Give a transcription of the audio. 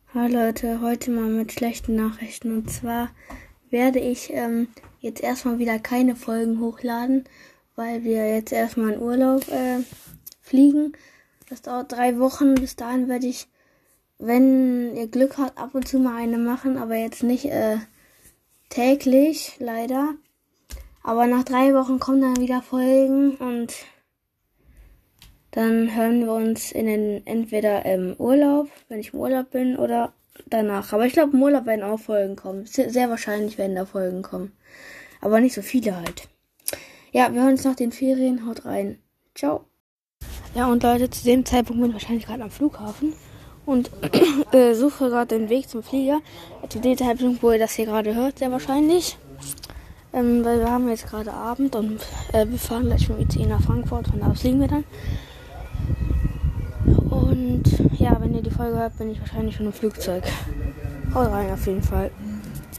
Hallo Leute, heute mal mit schlechten Nachrichten. Und zwar werde ich jetzt erstmal wieder keine Folgen hochladen, weil wir jetzt erstmal in Urlaub fliegen. Das dauert 3 Wochen. Bis dahin werde ich, wenn ihr Glück habt, ab und zu mal eine machen, aber jetzt nicht täglich, leider. Aber nach 3 Wochen kommen dann wieder Folgen und dann hören wir uns entweder im Urlaub, wenn ich im Urlaub bin, oder danach. Aber ich glaube, im Urlaub werden auch Folgen kommen. Sehr wahrscheinlich werden da Folgen kommen. Aber nicht so viele halt. Ja, wir hören uns nach den Ferien. Haut rein. Ciao. Ja, und Leute, zu dem Zeitpunkt bin ich wahrscheinlich gerade am Flughafen und suche gerade den Weg zum Flieger. Zu dem Zeitpunkt, wo ihr das hier gerade hört, sehr wahrscheinlich. Weil wir haben jetzt gerade Abend und wir fahren gleich mit dem ICE nach Frankfurt. Von da aus fliegen wir dann. Und ja, wenn ihr die Folge hört, bin ich wahrscheinlich schon im Flugzeug. Haut rein auf jeden Fall.